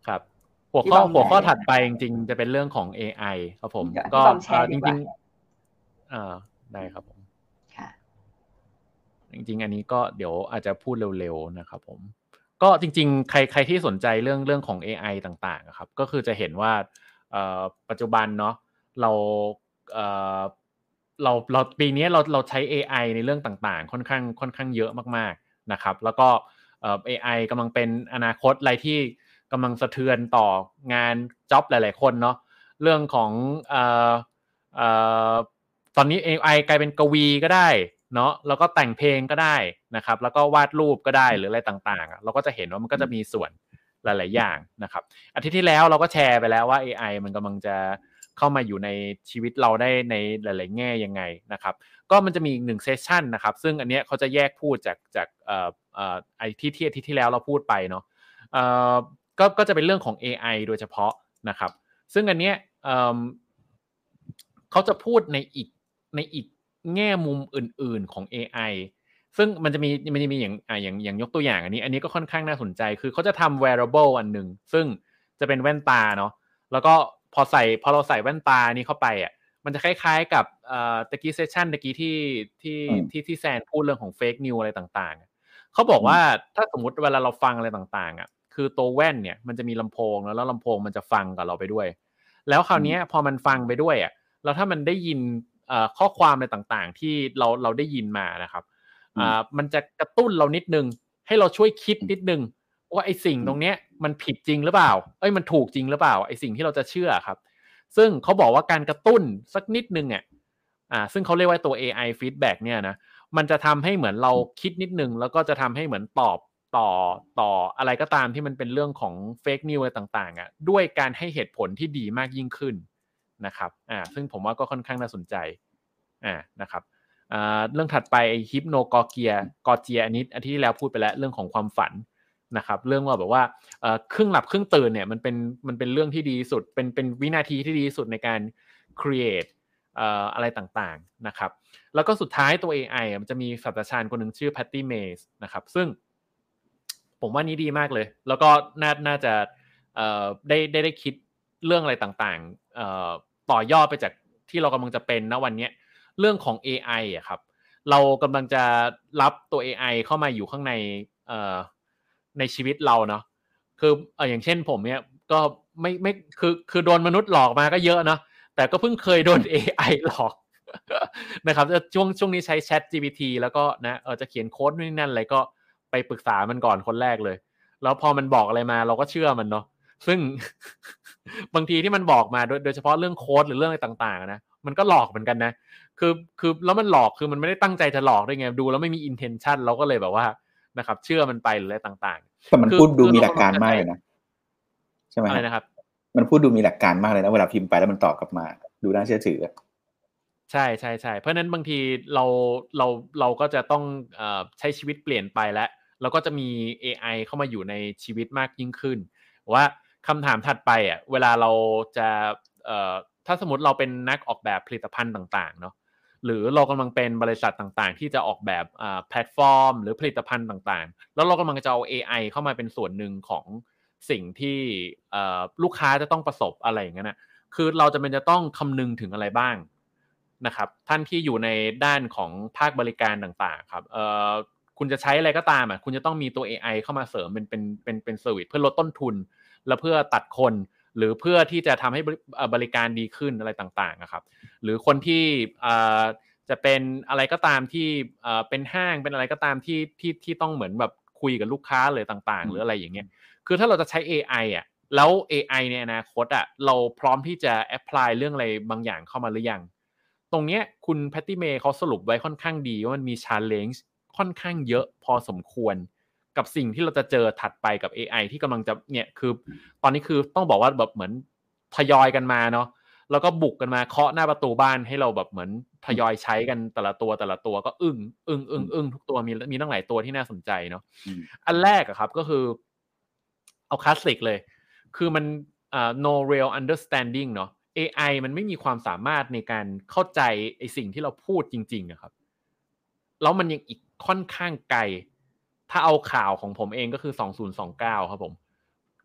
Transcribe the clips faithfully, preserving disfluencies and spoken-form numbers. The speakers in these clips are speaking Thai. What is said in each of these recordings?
ครับหัวข้อหัวข้อถัดไปจริงๆจะเป็นเรื่องของ เอ ไอ ครับผมก็จริงๆอ่าได้ครับผมจริงๆอันนี้ก็เดี๋ยวอาจจะพูดเร็วๆนะครับผมก็จริงๆใครใครที่สนใจเรื่องเรื่องของ เอ ไอ ต่างๆครับก็คือจะเห็นว่าปัจจุบันเนาะเราเราเราปีนี้เราเราใช้ เอ ไอ ในเรื่องต่างๆค่อนข้างค่อนข้างเยอะมากๆนะครับแล้วก็เอ่อ เอ ไอ กำลังเป็นอนาคตอะไรที่กำลังสะเทือนต่องานจ็อบหลายๆคนเนาะเรื่องของเอ่อเอ่อตอนนี้ เอ ไอ กลายเป็นกวีก็ได้เนาะแล้วก็แต่งเพลงก็ได้นะครับแล้วก็วาดรูปก็ได้หรืออะไรต่างๆเราก็จะเห็นว่ามันก็จะมีส่วนหลายๆอย่างนะครับอาทิตย์ที่แล้วเราก็แชร์ไปแล้วว่า เอ ไอ มันกำลังจะเข้ามาอยู่ในชีวิตเราได้ในหลายๆแง่ยังไงนะครับก็มันจะมีอีกหนึ่งเซสชั่นนะครับซึ่งอันเนี้ยเขาจะแยกพูดจากจากเอ่อเอ่อไอ้ที่ที่อาทิตย์ที่แล้วเราพูดไปเนาะเอ่อก็ก็จะเป็นเรื่องของ เอ ไอ โดยเฉพาะนะครับซึ่งอันเนี้ยเอ่อเขาจะพูดในอีกในอีกแง่มุมอื่นๆของ เอ ไอ ซึ่งมันจะมีมันจะมีอย่างอ่าอย่างอย่างยกตัวอย่างอันนี้อันนี้ก็ค่อนข้างน่าสนใจคือเขาจะทำ wearable อันหนึ่งซึ่งจะเป็นแว่นตาเนาะแล้วก็พอใส่พอเราใส่แว่นตานี้เข้าไปอ่ะมันจะคล้ายๆกับเอ่อตะกี้เซสชั่นตะกี้ที่ที่ที่ที่แซนพูดเรื่องของ fake news อะไรต่างๆเขาบอกว่าถ้าสมมุติเวลาเราฟังอะไรต่างๆอ่ะคือตัวแว่นเนี่ยมันจะมีลำโพงแล้วแล้วลำโพงมันจะฟังกับเราไปด้วยแล้วคราวนี้พอมันฟังไปด้วยอ่ะแล้วถ้ามันได้ยินเอ่อข้อความอะไรต่างๆที่เราเราได้ยินมานะครับอ่ามันจะกระตุ้นเรานิดนึงให้เราช่วยคิดนิดนึงว่าไอ้สิ่งตรงเนี้ยมันผิดจริงหรือเปล่าเอ้ยมันถูกจริงหรือเปล่าไอ้สิ่งที่เราจะเชื่อครับซึ่งเขาบอกว่าการกระตุ้นสักนิดนึงอ่ะอ่าซึ่งเขาเรียกว่าตัว เอ ไอ feedback เนี่ยนะมันจะทำให้เหมือนเราคิดนิดนึงแล้วก็จะทำให้เหมือนตอบต่อต่ออะไรก็ตามที่มันเป็นเรื่องของ fake news อะไรต่างๆอ่ะด้วยการให้เหตุผลที่ดีมากยิ่งขึ้นนะครับอ่าซึ่งผมว่าก็ค่อนข้างน่าสนใจอ่านะครับอ่าเรื่องถัดไปฮิปโนกอเกียกอเจียอันนี้อาทิตย์ที่แล้วพูดไปแล้วเรื่องของความฝันนะครับเรื่องว่าแบบว่าเอ่อครึ่งหลับครึ่งตื่นเนี่ยมันเป็นมันเป็นเรื่องที่ดีสุดเป็นเป็นวินาทีที่ดีสุดในการ create เอ่ออะไรต่างๆนะครับแล้วก็สุดท้ายตัว เอ ไอ มันจะมีศาสตราจารย์คนหนึ่งชื่อแพตตี้เมย์นะครับซึ่งผมว่านี้ดีมากเลยแล้วก็น่าน่าจะเอ่อได้ได้ได้คิดเรื่องอะไรต่างๆเอ่อต่อยอดไปจากที่เรากำลังจะเป็นณวันนี้เรื่องของ เอ ไอ อ่ะครับเรากำลังจะรับตัว เอ ไอ เข้ามาอยู่ข้างในเอ่อในชีวิตเราเนาะคือเอออย่างเช่นผมเนี่ยก็ไม่ไม่คือคือโดนมนุษย์หลอกมาก็เยอะเนาะแต่ก็เพิ่งเคยโดน เอ ไอ หลอกนะครับช่วงช่วงนี้ใช้ Chat จี พี ที แล้วก็นะเออจะเขียนโค้ดนู่นนี่นั่นอะไรก็ไปปรึกษามันก่อนคนแรกเลยแล้วพอมันบอกอะไรมาเราก็เชื่อมันเนาะซึ่ง บางทีที่มันบอกมาโดยโดยเฉพาะเรื่องโค้ดหรือเรื่องอะไรต่างๆนะมันก็หลอกเหมือนกันนะคือคือแล้วมันหลอกคือมันไม่ได้ตั้งใจจะหลอกด้วยไงดูแล้วไม่มี intention เราก็เลยแบบว่านะครับเชื่อมันไปหรืออะไรต่างๆแต่มันพูดดูมีหลักการมากเลยนะใช่ไหมอะไรนะครับมันพูดดูมีหลักการมากเลยนะเวลาพิมพ์ไปแล้วมันตอบกลับมาดูน่าเชื่อถือใช่ใช่ใช่เพราะนั้นบางทีเราเราเราก็จะต้องเอ่อใช้ชีวิตเปลี่ยนไปแล้วแล้วก็จะมี เอ ไอ เข้ามาอยู่ในชีวิตมากยิ่งขึ้นว่าคำถามถัดไปอ่ะเวลาเราจะเอ่อถ้าสมมติเราเป็นนักออกแบบผลิตภัณฑ์ต่างๆเนาะหรือเรากำลังเป็นบริษัทต่างๆที่จะออกแบบอ่าแพลตฟอร์มหรือผลิตภัณฑ์ต่างๆแล้วเรากำลังจะเอา เอ ไอ เข้ามาเป็นส่วนหนึ่งของสิ่งที่เอ่อลูกค้าจะต้องประสบอะไรอย่างเงี้ยนะคือเราจะเป็นจะต้องคำนึงถึงอะไรบ้างนะครับท่านที่อยู่ในด้านของภาคบริการต่างๆครับเอ่อคุณจะใช้อะไรก็ตามอ่ะคุณจะต้องมีตัว เอ ไอ เข้ามาเสริมเป็นเป็นเป็นเป็นเซอร์วิสเพื่อลดต้นทุนและเพื่อตัดคนหรือเพื่อที่จะทำให้บริการดีขึ้นอะไรต่างๆนะครับหรือคนที่จะเป็นอะไรก็ตามที่เป็นห้างเป็นอะไรก็ตามที่ที่ที่ต้องเหมือนแบบคุยกับลูกค้าเลยต่างๆหรืออะไรอย่างเงี้ยคือถ้าเราจะใช้ เอ ไอ อ่ะแล้ว เอ ไอ ในอนาคตอ่ะเราพร้อมที่จะแอพพลายเรื่องอะไรบางอย่างเข้ามาหรือยังตรงเนี้ยคุณแพตตี้เมย์เขาสรุปไว้ค่อนข้างดีว่ามันมี challenge ค่อนข้างเยอะพอสมควรกับสิ่งที่เราจะเจอถัดไปกับ เอ ไอ ที่กำลังจะเนี่ยคือตอนนี้คือต้องบอกว่าแบบเหมือนทยอยกันมาเนาะแล้วก็บุกกันมาเคาะหน้าประตูบ้านให้เราแบบเหมือนทยอยใช้กันแต่ละตัวแต่ละตัวก็อึ้งอึ้งอึ้งอึ้งทุกตัวมีมีตั้งหลายตัวที่น่าสนใจเนาะอันแรกอะครับก็คือเอาคลาสสิกเลยคือมันอ่า no real understanding เนาะ เอ ไอ มันไม่มีความสามารถในการเข้าใจไอ้สิ่งที่เราพูดจริงๆอะครับแล้วมันยังอีกค่อนข้างไกลถ้าเอาข่าวของผมเองก็คือสองพันยี่สิบเก้าครับผม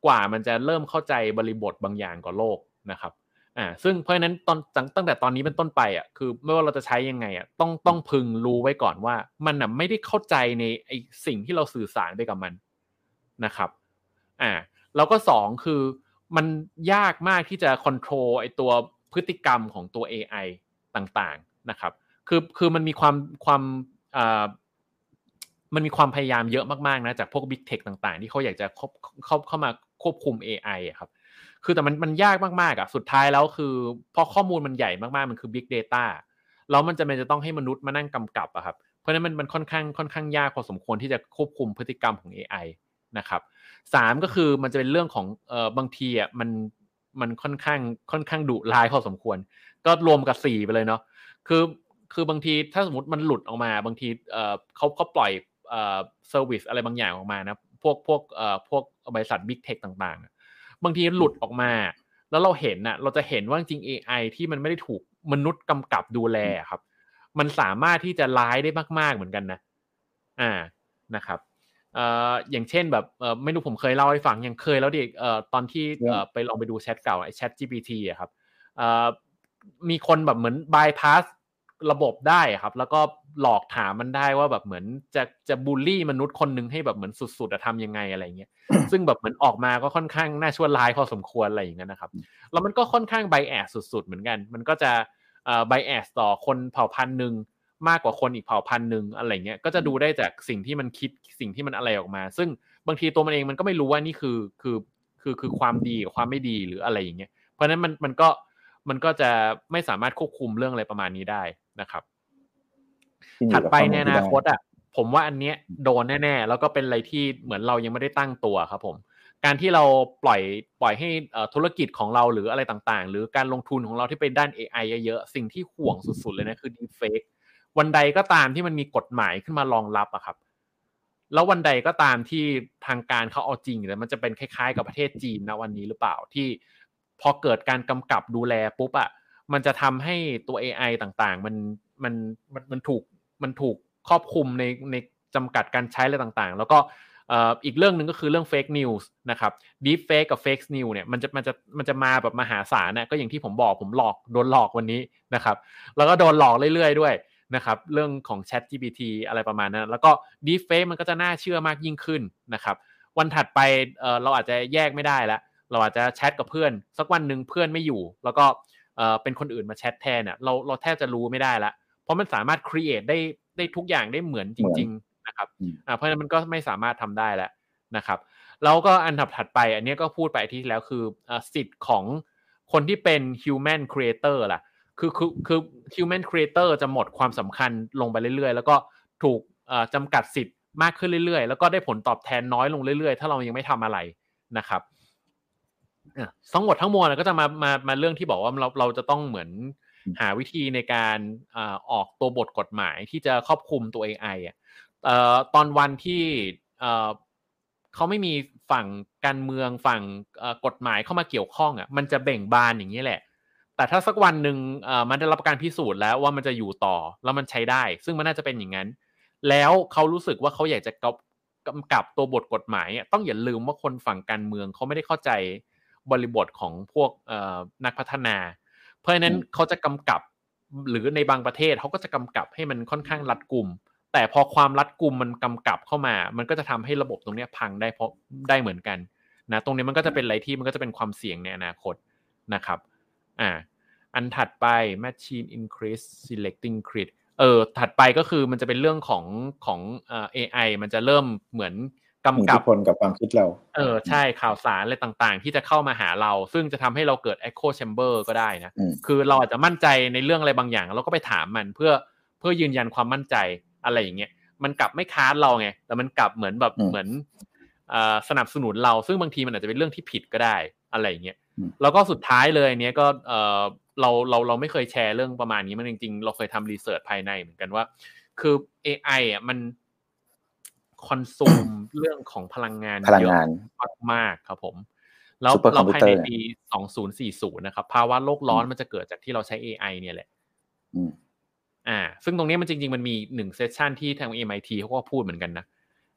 กว่ามันจะเริ่มเข้าใจบริบทบางอย่างของโลกนะครับอ่าซึ่งเพราะฉะนั้นตอนตั้งแต่ตอนนี้เป็นต้นไปอ่ะคือไม่ว่าเราจะใช้ยังไงอ่ะต้องต้องพึงรู้ไว้ก่อนว่ามันน่ะไม่ได้เข้าใจในไอ้สิ่งที่เราสื่อสารไปกับมันนะครับอ่าแล้วก็สองคือมันยากมากที่จะควบคุมไอ้ตัวพฤติกรรมของตัว เอ ไอ ต่างๆนะครับคือคือมันมีความความอ่ามันมีความพยายามเยอะมากๆนะจากพวก Big Tech ต่างๆที่เขาอยากจะเข้าเข้าเข้ามาควบคุม เอ ไอ อะครับคือแต่มันมันยากมากๆอ่ะสุดท้ายแล้วคือพอข้อมูลมันใหญ่มากๆมันคือ Big Data แล้วมันจะเป็นจะต้องให้มนุษย์มานั่งกำกับอะครับเพราะฉะนั้นมันมันค่อนข้างค่อนข้างยากพอสมควรที่จะควบคุมพฤติกรรมของ เอ ไอ นะครับสามก็คือมันจะเป็นเรื่องของเอ่อบางทีอ่ะมันมันค่อนข้างค่อนข้างดุร้ายพอสมควรก็รวมกับสี่ไปเลยเนาะคือคือบางทีถ้าสมมติมันหลุดออกมาบางทีเอ่อเขาเขาปล่อยเอ่อเซอร์วิสอะไรบางอย่างออกมานะพวกพวกเอ่อพวกบริษัท Big Tech ต่างๆบางทีหลุดออกมาแล้วเราเห็นน่ะเราจะเห็นว่าจริง เอ ไอ ที่มันไม่ได้ถูกมนุษย์กำกับดูแลครับมันสามารถที่จะร้ายได้มากๆเหมือนกันนะอ่านะครับเอ่ออย่างเช่นแบบเอ่อไม่รู้ผมเคยเล่าให้ฟังยังเคยแล้วดิเอ่อตอนที่เอ่อไปลองไปดูแชทเก่าไอ้ ChatGPT อะครับเอ่อมีคนแบบเหมือน bypass ระบบได้ครับแล้วก็หลอกถามมันได้ว่าแบบเหมือนจะจะบูลลี่มนุษย์คนนึงให้แบบเหมือนสุดๆอะทำยังไงอะไรเงี้ยซึ่งแบบเหมือนออกมาก็ค่อนข้างน่าชั่วร้ายพอสมควรอะไรอย่างเงี้ยนะครับแล้วมันก็ค่อนข้าง bias สุดๆเหมือนกันมันก็จะเอ่อ bias ต่อคนเผ่าพันธุ์นึงมากกว่าคนอีกเผ่าพันธุ์นึงอะไรเงี้ยก็จะดูได้จากสิ่งที่มันคิดสิ่งที่มันอะไรออกมาซึ่งบางทีตัวมันเองมันก็ไม่รู้ว่านี่คือคือคือคือความดีกับความไม่ดีหรืออะไรอย่างเงี้ยเพราะฉะนั้นมันมันก็มันก็จะไม่สามารถควบคุมเรื่องอะไรประมาณนี้ได้นะครับถัดไปในอนาคตอ่ะผมว่าอันเนี้ยโดนแน่ๆแล้วก็เป็นอะไรที่เหมือนเรายังไม่ได้ตั้งตัวครับผมการที่เราปล่อยปล่อยให้ธุรกิจของเราหรืออะไรต่างๆหรือการลงทุนของเราที่เป็นด้าน เอ ไอ เยอะๆสิ่งที่ห่วงสุดๆเลยนะคือ Deepfake วันใดก็ตามที่มันมีกฎหมายขึ้นมารองรับอะครับแล้ววันใดก็ตามที่ทางการเขาเอาจริงแต่มันจะเป็นคล้ายๆกับประเทศจีนนะวันนี้หรือเปล่าที่พอเกิดการกำกับดูแลปุ๊บอะมันจะทำให้ตัว เอ ไอ ต่างๆมันมันมันมันถูกมันถูกครอบคลุมในในจำกัดการใช้อะไรต่างๆแล้วก็อีกเรื่องหนึ่งก็คือเรื่อง fake news นะครับ deep fake กับ fake news เนี่ยมันจะมันจะมันจะมาแบบมหาศาลนะก็อย่างที่ผมบอกผมหลอกโดนหลอกวันนี้นะครับแล้วก็โดนหลอกเรื่อยๆด้วยนะครับเรื่องของ ChatGPT อะไรประมาณนั้นแล้วก็ deep fake มันก็จะน่าเชื่อมากยิ่งขึ้นนะครับวันถัดไปเอ่อเราอาจจะแยกไม่ได้แล้วเราอาจจะแชทกับเพื่อนสักวันหนึ่งเพื่อนไม่อยู่แล้วก็เอ่อเป็นคนอื่นมาแชทแทนเนี่ยเราเราแทบจะรู้ไม่ได้แล้วเพราะมันสามารถ create ได้ได้ทุกอย่างได้เหมือนจริงๆนะครับอ่าเพราะฉะนั้นมันก็ไม่สามารถทำได้แล้วนะครับแล้วก็อันดับถัดไปอันนี้ก็พูดไปอาทิตย์ที่แล้วคือสิทธิ์ของคนที่เป็น human creator ล่ะคือคือคือ human creator จะหมดความสำคัญลงไปเรื่อยๆแล้วก็ถูกจำกัดสิทธิ์มากขึ้นเรื่อยๆแล้วก็ได้ผลตอบแทนน้อยลงเรื่อยๆถ้าเรายังไม่ทำอะไรนะครับทั้งหมดทั้งมวลก็จะมามามาเรื่องที่บอกว่าเราเราจะต้องเหมือนหาวิธีในการออกตัวบทกฎหมายที่จะครอบคลุมตัว เอ ไอ อ่ะตอนวันที่เขาไม่มีฝั่งการเมืองฝั่งกฎหมายเข้ามาเกี่ยวข้องอ่ะมันจะเบ่งบานอย่างนี้แหละแต่ถ้าสักวันหนึ่งมันได้รับการพิสูจน์แล้วว่ามันจะอยู่ต่อแล้วมันใช้ได้ซึ่งมันน่าจะเป็นอย่างนั้นแล้วเขารู้สึกว่าเขาอยากจะกำกับตัวบทกฎหมายต้องอย่าลืมว่าคนฝั่งการเมืองเขาไม่ได้เข้าใจบริบทของพวกนักพัฒนาเพราะฉะนั้นเขาจะกำกับหรือในบางประเทศเขาก็จะกำกับให้มันค่อนข้างรัดกุมแต่พอความรัดกุมมันกำกับเข้ามามันก็จะทำให้ระบบตรงนี้พังได้เพราะได้เหมือนกันนะตรงนี้มันก็จะเป็นอะไรที่มันก็จะเป็นความเสี่ยงในอนาคตนะครับอ่าอันถัดไป machine increase selecting crit เออถัดไปก็คือมันจะเป็นเรื่องของของเอ่อ เอ ไอ มันจะเริ่มเหมือนกำกับผลกับความคิดเราเออใช่ข่าวสารอะไรต่างๆที่จะเข้ามาหาเราซึ่งจะทำให้เราเกิด echo chamber ก็ได้นะคือเราอาจจะมั่นใจในเรื่องอะไรบางอย่างเราก็ไปถามมันเพื่อเพื่อยืนยันความมั่นใจอะไรอย่างเงี้ยมันกลับไม่ค้านเราไงแต่มันกลับเหมือนแบบเหมือนเอ่อสนับสนุนเราซึ่งบางทีมันอาจจะเป็นเรื่องที่ผิดก็ได้อะไรอย่างเงี้ยแล้วก็สุดท้ายเลยเนี้ยก็เอ่อเราเราเราไม่เคยแชร์เรื่องประมาณนี้มันจริงๆเราเคยทำรีเสิร์ชภายในเหมือนกันว่าคือ เอ ไอ อ่ะมันคอนซูมเรื่องของพลังงานเยอะมากๆครับผมแล้วเราภายในปีสองพันสี่สิบนะครับภาวะโลกร้อนมันจะเกิดจากที่เราใช้ เอ ไอ เนี่ยแหละอ่าซึ่งตรงนี้มันจริงๆมันมีหนึ่งเซสชั่นที่ทาง เอ็ม ไอ ที เขาก็พูดเหมือนกันนะ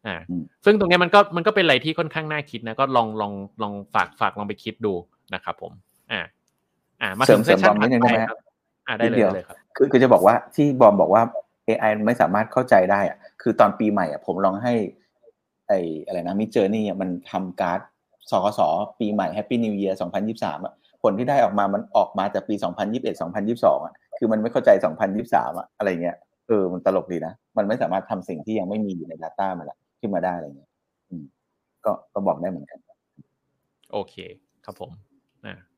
อ่าซึ่งตรงนี้มันก็มันก็เป็นอะไรที่ค่อนข้างน่าคิดนะก็ลองลองลองฝากฝากลองไปคิดดูนะครับผมอ่าอ่ามาถึงเซสชั่นถัดไปครับอ่าได้เลยเลยครับคือคือจะบอกว่าที่บอมบอกว่า เอ ไอ ไม่สามารถเข้าใจได้อ่ะคือตอนปีใหม่อ่ะผมลองให้ไอ้อะไรนะ Midjourney อ่ะมันทำการ์ดสคสปีใหม่ Happy New Year สองพันยี่สิบสามอ่ะผลที่ได้ออกมามันออกมาจากปีสองพันยี่สิบเอ็ด สองพันยี่สิบสองอ่ะคือมันไม่เข้าใจสองพันยี่สิบสามอ่ะอะไรเงี้ยเออมันตลกดีนะมันไม่สามารถทำสิ่งที่ยังไม่มีอยู่ใน data มันละขึ้นมาได้อะไรเงี้ยอืมก็ก็บอกได้เหมือนกันโอเคครับผมอ่า